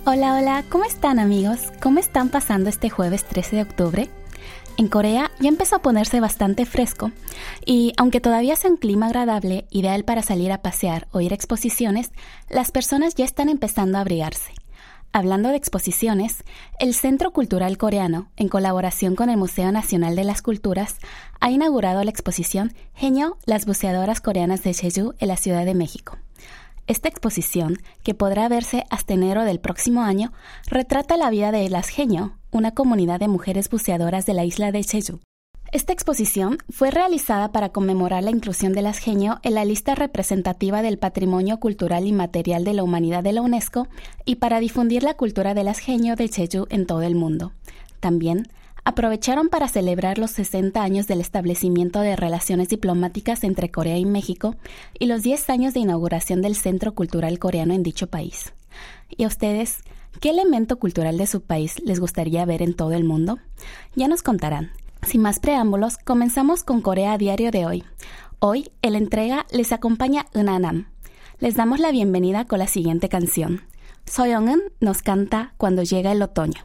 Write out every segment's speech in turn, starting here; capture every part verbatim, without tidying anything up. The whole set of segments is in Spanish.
Hola, hola, ¿cómo están amigos? ¿Cómo están pasando este jueves trece de octubre? En Corea ya empezó a ponerse bastante fresco y aunque todavía sea un clima agradable, ideal para salir a pasear o ir a exposiciones, las personas ya están empezando a abrigarse. Hablando de exposiciones, el Centro Cultural Coreano, en colaboración con el Museo Nacional de las Culturas, ha inaugurado la exposición Haenyeo, las buceadoras coreanas de Jeju en la Ciudad de México. Esta exposición, que podrá verse hasta enero del próximo año, retrata la vida de las Haenyeo, una comunidad de mujeres buceadoras de la isla de Jeju. Esta exposición fue realizada para conmemorar la inclusión de las Haenyeo en la lista representativa del Patrimonio Cultural Inmaterial de la Humanidad de la UNESCO y para difundir la cultura de las Haenyeo de Jeju en todo el mundo. También aprovecharon para celebrar los sesenta años del establecimiento de relaciones diplomáticas entre Corea y México y los diez años de inauguración del Centro Cultural Coreano en dicho país. ¿Y a ustedes, qué elemento cultural de su país les gustaría ver en todo el mundo? Ya nos contarán. Sin más preámbulos, comenzamos con Corea a Diario de hoy. Hoy, en la entrega, les acompaña Eun Nam. Les damos la bienvenida con la siguiente canción. Soyeon-eun nos canta Cuando llega el otoño.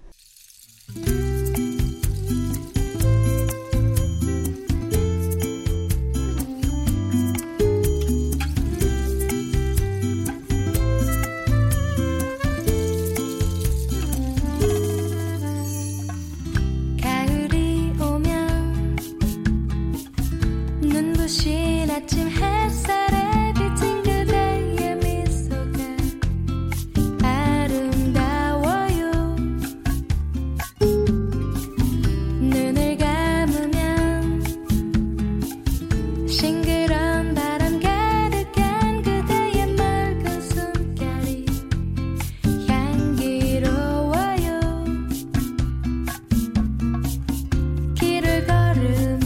아침 햇살에 비친 그대의 미소가 아름다워요. 눈을 감으면 싱그러운 바람 가득한 그대의 맑은 숨결이 향기로워요. 길을 걸으면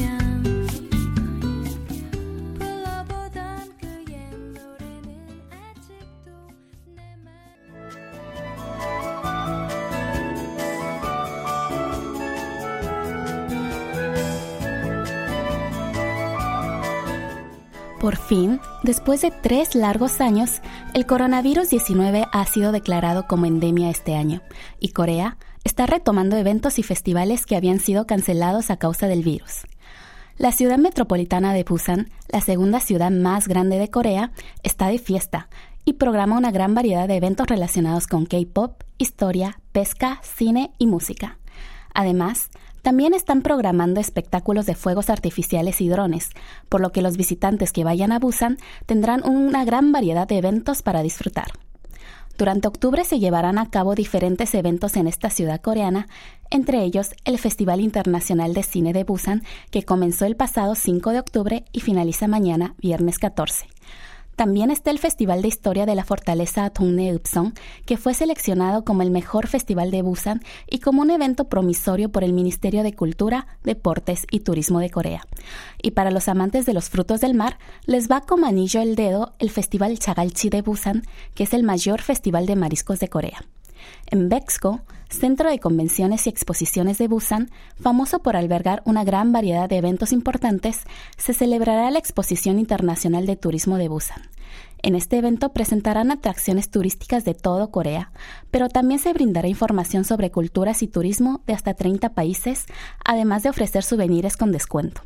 Por fin, después de tres largos años, el coronavirus diecinueve ha sido declarado como endemia este año, y Corea está retomando eventos y festivales que habían sido cancelados a causa del virus. La ciudad metropolitana de Busan, la segunda ciudad más grande de Corea, está de fiesta y programa una gran variedad de eventos relacionados con K-pop, historia, pesca, cine y música. Además, también están programando espectáculos de fuegos artificiales y drones, por lo que los visitantes que vayan a Busan tendrán una gran variedad de eventos para disfrutar. Durante octubre se llevarán a cabo diferentes eventos en esta ciudad coreana, entre ellos el Festival Internacional de Cine de Busan, que comenzó el pasado cinco de octubre y finaliza mañana, viernes catorce. También está el Festival de Historia de la Fortaleza Dongnae-eupseong, que fue seleccionado como el mejor festival de Busan y como un evento promisorio por el Ministerio de Cultura, Deportes y Turismo de Corea. Y para los amantes de los frutos del mar, les va como anillo al dedo el Festival Chagalchi de Busan, que es el mayor festival de mariscos de Corea. En Bexco, Centro de Convenciones y Exposiciones de Busan, famoso por albergar una gran variedad de eventos importantes, se celebrará la Exposición Internacional de Turismo de Busan. En este evento presentarán atracciones turísticas de todo Corea, pero también se brindará información sobre culturas y turismo de hasta treinta países, además de ofrecer souvenirs con descuento.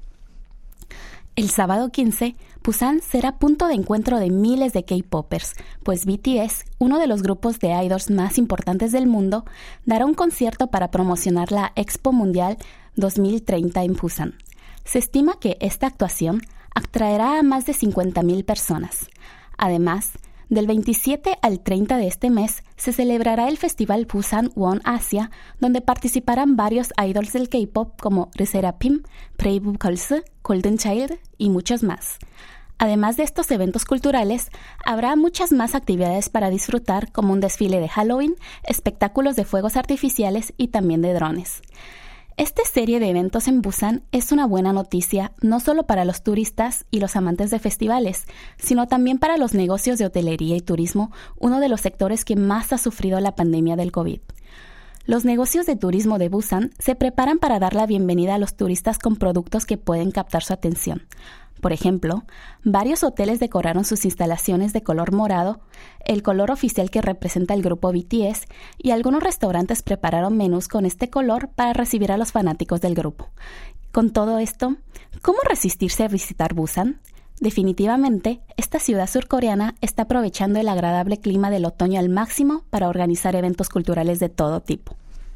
El sábado quince, Busan será punto de encuentro de miles de K-popers, pues B T S, uno de los grupos de idols más importantes del mundo, dará un concierto para promocionar la Expo Mundial dos mil treinta en Busan. Se estima que esta actuación atraerá a más de cincuenta mil personas. Además, del veintisiete al treinta de este mes se celebrará el Festival Busan One Asia, donde participarán varios idols del K-pop como Lee Serafim, Brave Girls, Golden Child y muchos más. Además de estos eventos culturales, habrá muchas más actividades para disfrutar, como un desfile de Halloween, espectáculos de fuegos artificiales y también de drones. Esta serie de eventos en Busan es una buena noticia no solo para los turistas y los amantes de festivales, sino también para los negocios de hotelería y turismo, uno de los sectores que más ha sufrido la pandemia del COVID. Los negocios de turismo de Busan se preparan para dar la bienvenida a los turistas con productos que pueden captar su atención. Por ejemplo, varios hoteles decoraron sus instalaciones de color morado, el color oficial que representa el grupo B T S, y algunos restaurantes prepararon menús con este color para recibir a los fanáticos del grupo. Con todo esto, ¿cómo resistirse a visitar Busan? Definitivamente, esta ciudad surcoreana está aprovechando el agradable clima del otoño al máximo para organizar eventos culturales de todo tipo.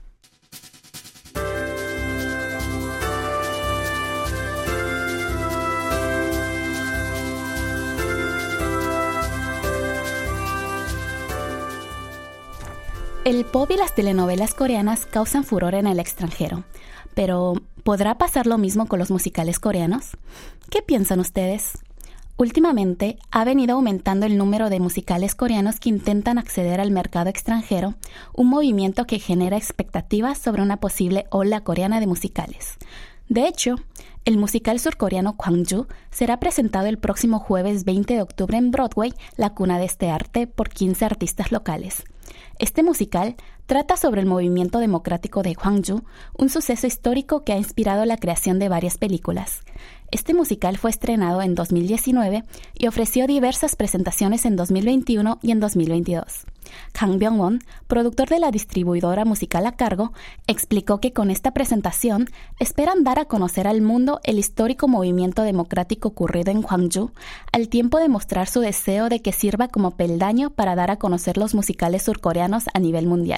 El pop y las telenovelas coreanas causan furor en el extranjero, pero ¿podrá pasar lo mismo con los musicales coreanos? ¿Qué piensan ustedes? Últimamente ha venido aumentando el número de musicales coreanos que intentan acceder al mercado extranjero, un movimiento que genera expectativas sobre una posible ola coreana de musicales. De hecho, el musical surcoreano Gwangju será presentado el próximo jueves veinte de octubre en Broadway, la cuna de este arte, por quince artistas locales. Este musical trata sobre el movimiento democrático de Gwangju, un suceso histórico que ha inspirado la creación de varias películas. Este musical fue estrenado en dos mil diecinueve y ofreció diversas presentaciones en dos mil veintiuno y en dos mil veintidós. Kang Byung-won, productor de la distribuidora musical a cargo, explicó que con esta presentación esperan dar a conocer al mundo el histórico movimiento democrático ocurrido en Gwangju, al tiempo de mostrar su deseo de que sirva como peldaño para dar a conocer los musicales surcoreanos a nivel mundial.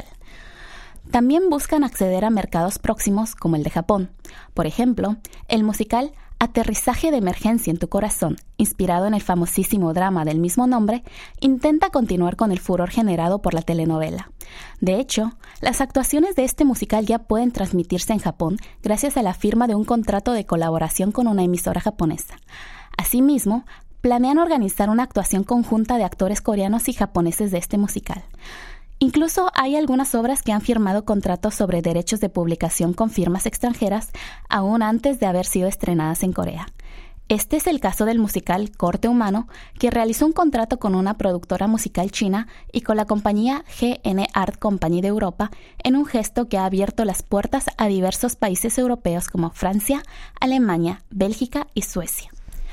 También buscan acceder a mercados próximos como el de Japón. Por ejemplo, el musical Aterrizaje de emergencia en tu corazón, inspirado en el famosísimo drama del mismo nombre, intenta continuar con el furor generado por la telenovela. De hecho, las actuaciones de este musical ya pueden transmitirse en Japón gracias a la firma de un contrato de colaboración con una emisora japonesa. Asimismo, planean organizar una actuación conjunta de actores coreanos y japoneses de este musical. Incluso hay algunas obras que han firmado contratos sobre derechos de publicación con firmas extranjeras aún antes de haber sido estrenadas en Corea. Este es el caso del musical Corte Humano, que realizó un contrato con una productora musical china y con la compañía G N Art Company de Europa, en un gesto que ha abierto las puertas a diversos países europeos como Francia, Alemania, Bélgica y Suecia.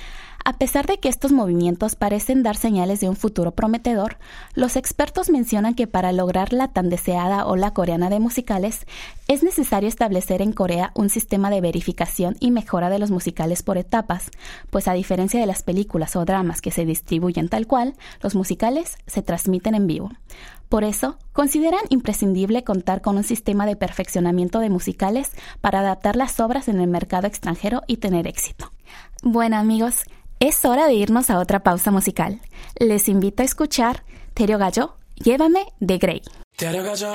A pesar de que estos movimientos parecen dar señales de un futuro prometedor, los expertos mencionan que para lograr la tan deseada ola coreana de musicales, es necesario establecer en Corea un sistema de verificación y mejora de los musicales por etapas, pues a diferencia de las películas o dramas que se distribuyen tal cual, los musicales se transmiten en vivo. Por eso, consideran imprescindible contar con un sistema de perfeccionamiento de musicales para adaptar las obras en el mercado extranjero y tener éxito. Bueno, amigos, es hora de irnos a otra pausa musical. Les invito a escuchar 데려가줘, Llévame de Grey. 데려가줘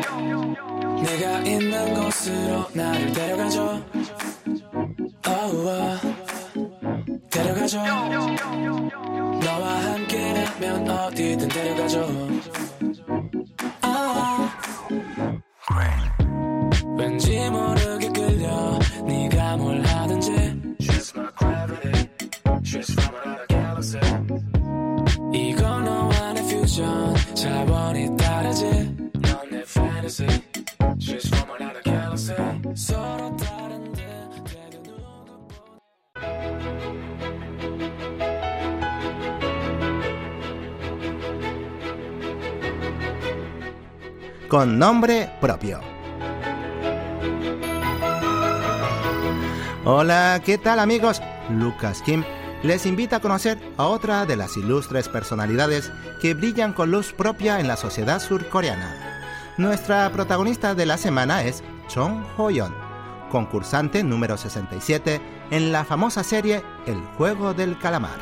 내가 있는 곳으로 나를 데려가줘 oh, oh. 데려가줘 너와 함께라면 어디든 데려가줘 oh. 왠지 모르게 끌려 네가 뭘 하든지 She's my gravity She's from another galaxy 이건 너와 내 퓨전 차원이 다르지 넌 내 fantasy She's from another galaxy 서로 다른데 되게 누구보다 Con nombre propio. Hola, ¿qué tal amigos? Lucas Kim les invita a conocer a otra de las ilustres personalidades que brillan con luz propia en la sociedad surcoreana. Nuestra protagonista de la semana es Chung Ho-yeon, concursante número sesenta y siete en la famosa serie El Juego del Calamar.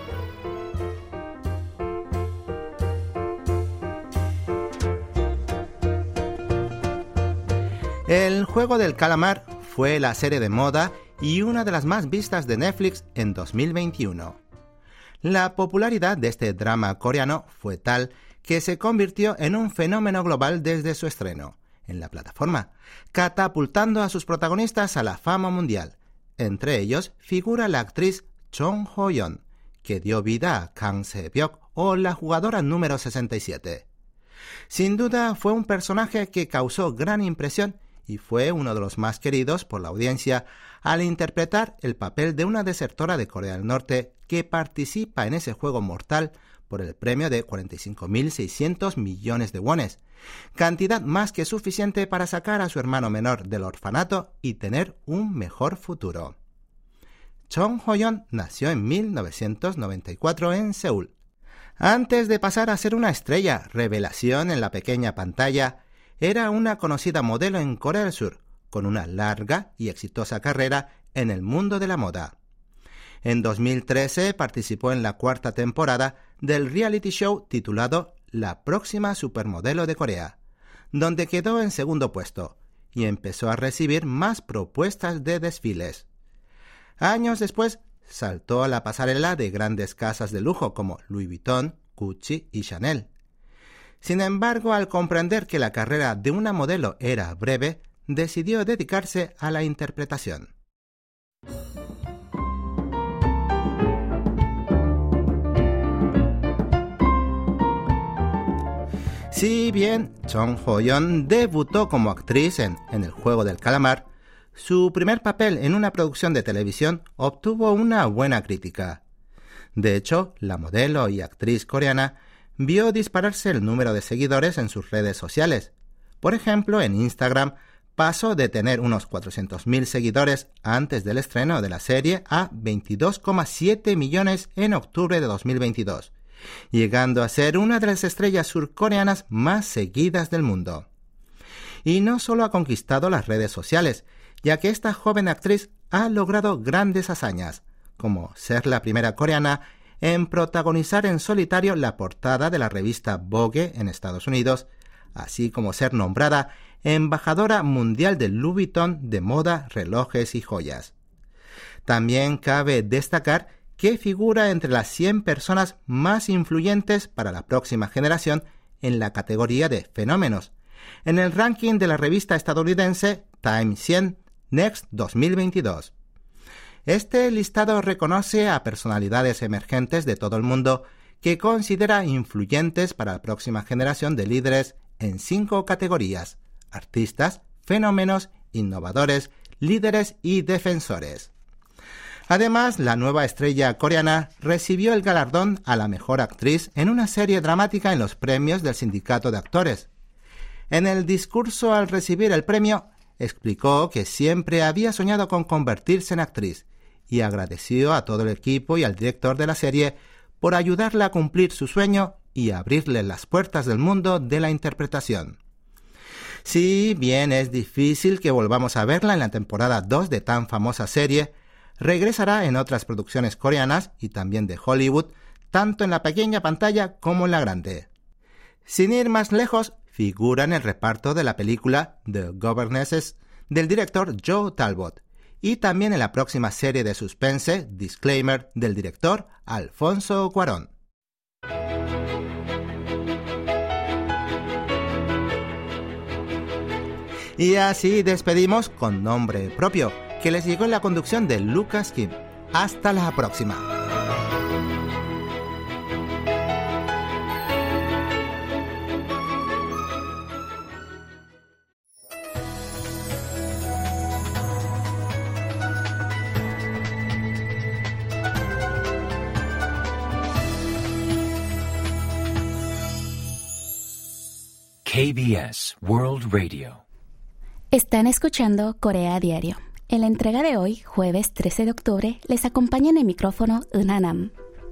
El Juego del Calamar fue la serie de moda y una de las más vistas de Netflix en dos mil veintiuno. La popularidad de este drama coreano fue tal que se convirtió en un fenómeno global desde su estreno en la plataforma, catapultando a sus protagonistas a la fama mundial. Entre ellos figura la actriz Chung Ho-yeon, que dio vida a Kang Se-byok o la jugadora número sesenta y siete. Sin duda fue un personaje que causó gran impresión y fue uno de los más queridos por la audiencia al interpretar el papel de una desertora de Corea del Norte que participa en ese juego mortal por el premio de cuarenta y cinco mil seiscientos millones de wones, cantidad más que suficiente para sacar a su hermano menor del orfanato y tener un mejor futuro. Chung Ho-yeon nació en mil novecientos noventa y cuatro en Seúl. Antes de pasar a ser una estrella revelación en la pequeña pantalla, era una conocida modelo en Corea del Sur, con una larga y exitosa carrera en el mundo de la moda. En dos mil trece participó en la cuarta temporada del reality show titulado La próxima supermodelo de Corea, donde quedó en segundo puesto y empezó a recibir más propuestas de desfiles. Años después, saltó a la pasarela de grandes casas de lujo como Louis Vuitton, Gucci y Chanel. Sin embargo, al comprender que la carrera de una modelo era breve, decidió dedicarse a la interpretación. Si bien Chung Ho-yeon debutó como actriz en, en El Juego del Calamar, su primer papel en una producción de televisión obtuvo una buena crítica. De hecho, la modelo y actriz coreana vio dispararse el número de seguidores en sus redes sociales. Por ejemplo, en Instagram pasó de tener unos cuatrocientos mil seguidores antes del estreno de la serie a veintidós coma siete millones en octubre de dos mil veintidós, llegando a ser una de las estrellas surcoreanas más seguidas del mundo. Y no solo ha conquistado las redes sociales, ya que esta joven actriz ha logrado grandes hazañas, como ser la primera coreana en protagonizar en solitario la portada de la revista Vogue en Estados Unidos, así como ser nombrada embajadora mundial de Louis Vuitton de moda, relojes y joyas. También cabe destacar que figura entre las cien personas más influyentes para la próxima generación en la categoría de fenómenos, en el ranking de la revista estadounidense Time cien Next dos mil veintidós. Este listado reconoce a personalidades emergentes de todo el mundo que considera influyentes para la próxima generación de líderes en cinco categorías: artistas, fenómenos, innovadores, líderes y defensores. Además, la nueva estrella coreana recibió el galardón a la mejor actriz en una serie dramática en los premios del Sindicato de Actores. En el discurso al recibir el premio, explicó que siempre había soñado con convertirse en actriz y agradeció a todo el equipo y al director de la serie por ayudarla a cumplir su sueño y abrirle las puertas del mundo de la interpretación. Si bien es difícil que volvamos a verla en la temporada dos de tan famosa serie, regresará en otras producciones coreanas y también de Hollywood, tanto en la pequeña pantalla como en la grande. Sin ir más lejos, figura en el reparto de la película The Governesses del director Joe Talbot y también en la próxima serie de suspense Disclaimer del director Alfonso Cuarón. Y así despedimos con nombre propio, que les llegó en la conducción de Lucas Kim. Hasta la próxima. K B S World Radio. Están escuchando Corea Diario. En la entrega de hoy, jueves trece de octubre, les acompaña en el micrófono Euna Nam.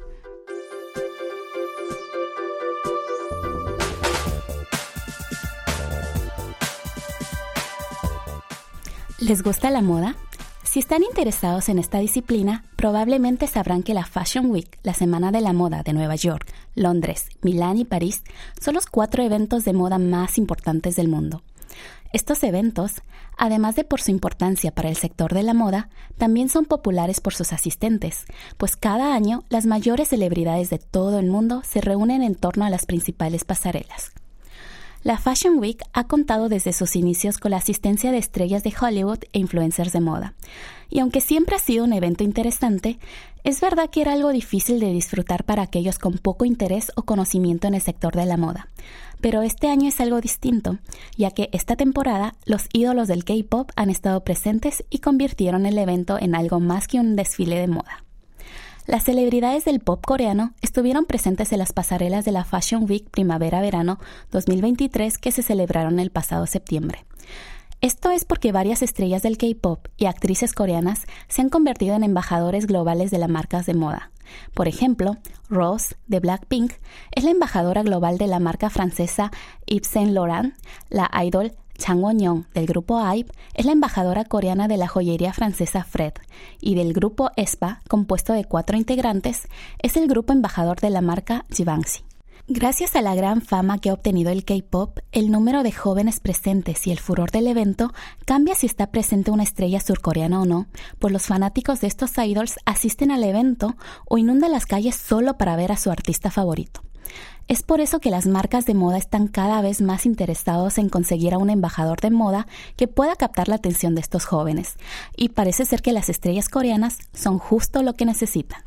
¿Les gusta la moda? Si están interesados en esta disciplina, probablemente sabrán que la Fashion Week, la Semana de la Moda de Nueva York, Londres, Milán y París, son los cuatro eventos de moda más importantes del mundo. Estos eventos, además de por su importancia para el sector de la moda, también son populares por sus asistentes, pues cada año las mayores celebridades de todo el mundo se reúnen en torno a las principales pasarelas. La Fashion Week ha contado desde sus inicios con la asistencia de estrellas de Hollywood e influencers de moda. Y aunque siempre ha sido un evento interesante, es verdad que era algo difícil de disfrutar para aquellos con poco interés o conocimiento en el sector de la moda. Pero este año es algo distinto, ya que esta temporada los ídolos del K-pop han estado presentes y convirtieron el evento en algo más que un desfile de moda. Las celebridades del pop coreano estuvieron presentes en las pasarelas de la Fashion Week Primavera-Verano dos mil veintitrés que se celebraron el pasado septiembre. Esto es porque varias estrellas del K-pop y actrices coreanas se han convertido en embajadores globales de las marcas de moda. Por ejemplo, Rose, de Blackpink, es la embajadora global de la marca francesa Yves Saint Laurent. La idol Chang Won-young, del grupo IVE, es la embajadora coreana de la joyería francesa Fred, y del grupo aespa, compuesto de cuatro integrantes, es el grupo embajador de la marca Givenchy. Gracias a la gran fama que ha obtenido el K-pop, el número de jóvenes presentes y el furor del evento cambia si está presente una estrella surcoreana o no, pues los fanáticos de estos idols asisten al evento o inundan las calles solo para ver a su artista favorito. Es por eso que las marcas de moda están cada vez más interesados en conseguir a un embajador de moda que pueda captar la atención de estos jóvenes, y parece ser que las estrellas coreanas son justo lo que necesitan.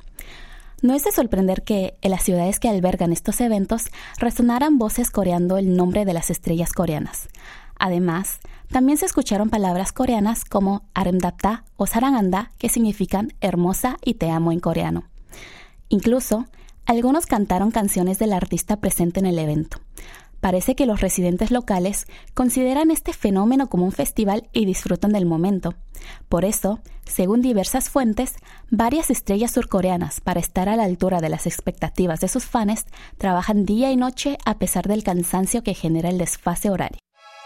No es de sorprender que en las ciudades que albergan estos eventos resonaran voces coreando el nombre de las estrellas coreanas. Además, también se escucharon palabras coreanas como arimdapta o saranganda, que significan hermosa y te amo en coreano. Incluso, algunos cantaron canciones del artista presente en el evento. Parece que los residentes locales consideran este fenómeno como un festival y disfrutan del momento. Por eso, según diversas fuentes, varias estrellas surcoreanas, para estar a la altura de las expectativas de sus fans, trabajan día y noche a pesar del cansancio que genera el desfase horario.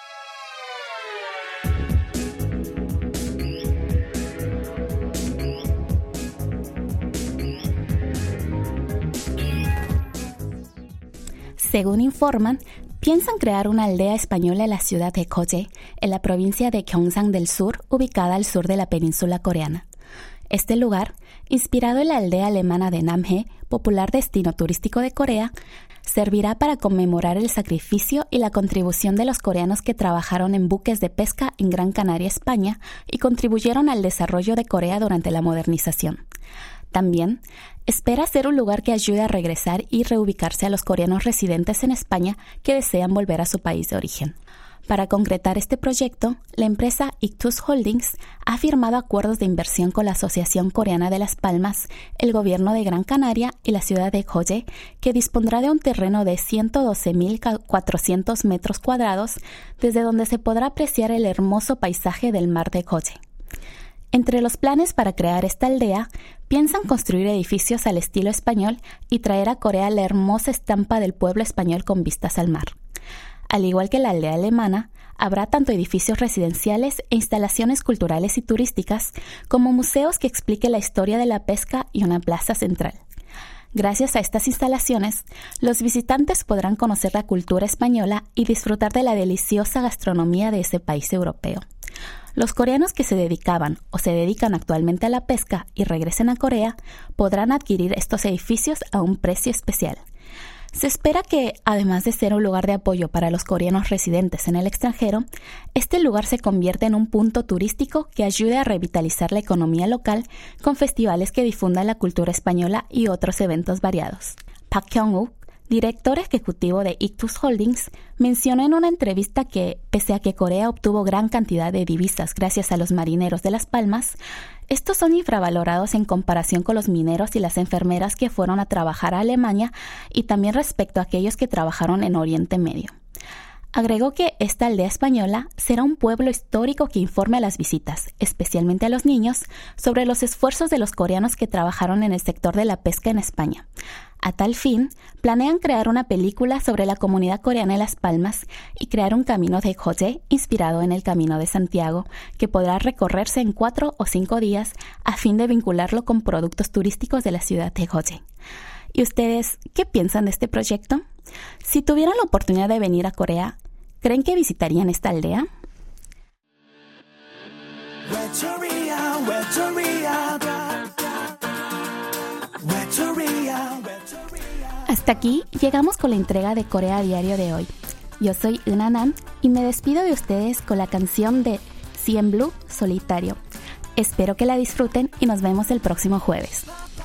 Según informan, piensan crear una aldea española en la ciudad de Goje, en la provincia de Gyeongsang del Sur, ubicada al sur de la península coreana. Este lugar, inspirado en la aldea alemana de Namhae, popular destino turístico de Corea, servirá para conmemorar el sacrificio y la contribución de los coreanos que trabajaron en buques de pesca en Gran Canaria, España, y contribuyeron al desarrollo de Corea durante la modernización. También espera ser un lugar que ayude a regresar y reubicarse a los coreanos residentes en España que desean volver a su país de origen. Para concretar este proyecto, la empresa Ictus Holdings ha firmado acuerdos de inversión con la Asociación Coreana de Las Palmas, el gobierno de Gran Canaria y la ciudad de Goje, que dispondrá de un terreno de ciento doce mil cuatrocientos metros cuadrados, desde donde se podrá apreciar el hermoso paisaje del mar de Goje. Entre los planes para crear esta aldea, piensan construir edificios al estilo español y traer a Corea la hermosa estampa del pueblo español con vistas al mar. Al igual que la aldea alemana, habrá tanto edificios residenciales e instalaciones culturales y turísticas, como museos que expliquen la historia de la pesca y una plaza central. Gracias a estas instalaciones, los visitantes podrán conocer la cultura española y disfrutar de la deliciosa gastronomía de ese país europeo. Los coreanos que se dedicaban o se dedican actualmente a la pesca y regresen a Corea podrán adquirir estos edificios a un precio especial. Se espera que, además de ser un lugar de apoyo para los coreanos residentes en el extranjero, este lugar se convierta en un punto turístico que ayude a revitalizar la economía local con festivales que difundan la cultura española y otros eventos variados. Park Kyung-wook, director ejecutivo de Ictus Holdings, mencionó en una entrevista que, pese a que Corea obtuvo gran cantidad de divisas gracias a los marineros de Las Palmas, estos son infravalorados en comparación con los mineros y las enfermeras que fueron a trabajar a Alemania y también respecto a aquellos que trabajaron en Oriente Medio. Agregó que esta aldea española será un pueblo histórico que informe a las visitas, especialmente a los niños, sobre los esfuerzos de los coreanos que trabajaron en el sector de la pesca en España. A tal fin, planean crear una película sobre la comunidad coreana en Las Palmas y crear un camino de Goje inspirado en el Camino de Santiago, que podrá recorrerse en cuatro o cinco días a fin de vincularlo con productos turísticos de la ciudad de Goje. ¿Y ustedes qué piensan de este proyecto? Si tuvieran la oportunidad de venir a Corea, ¿creen que visitarían esta aldea? Hasta aquí llegamos con la entrega de Corea Diario de hoy. Yo soy Euna Nam y me despido de ustedes con la canción de C N Blue, Solitario. Espero que la disfruten y nos vemos el próximo jueves.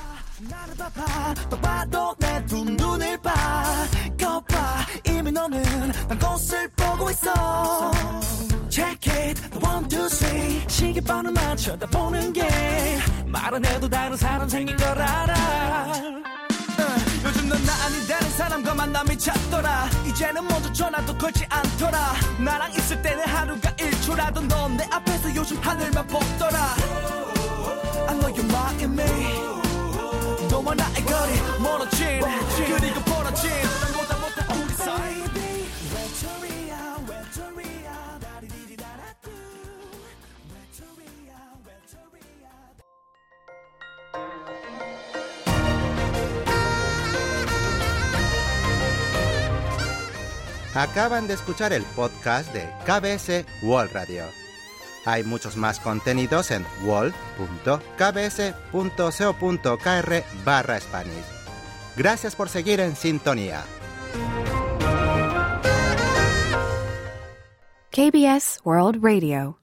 Check it, one, two, three. 시계번호만 쳐다보는 게 말 안 해도 다른 사람 생긴 걸 알아. uh, 요즘 넌 나 아닌 다른 사람과 만남이 잦더라. 이제는 먼저 전화도 걸지 않더라. 나랑 있을 때는 하루가 일 초라도 넌 내 앞에서 요즘 하늘만 보더라. I know you're mocking me. 너와 나의 거리 멀어진 그리고 벌어진 보다 못한 우리 사이. 외톨이야 외톨이야 다리디디다라뚜 외톨이야 외톨이야. Acaban de escuchar el podcast de K B S World Radio. Hay muchos más contenidos en world punto k b s punto co punto k r barra Spanish. Gracias por seguir en sintonía. K B S World Radio.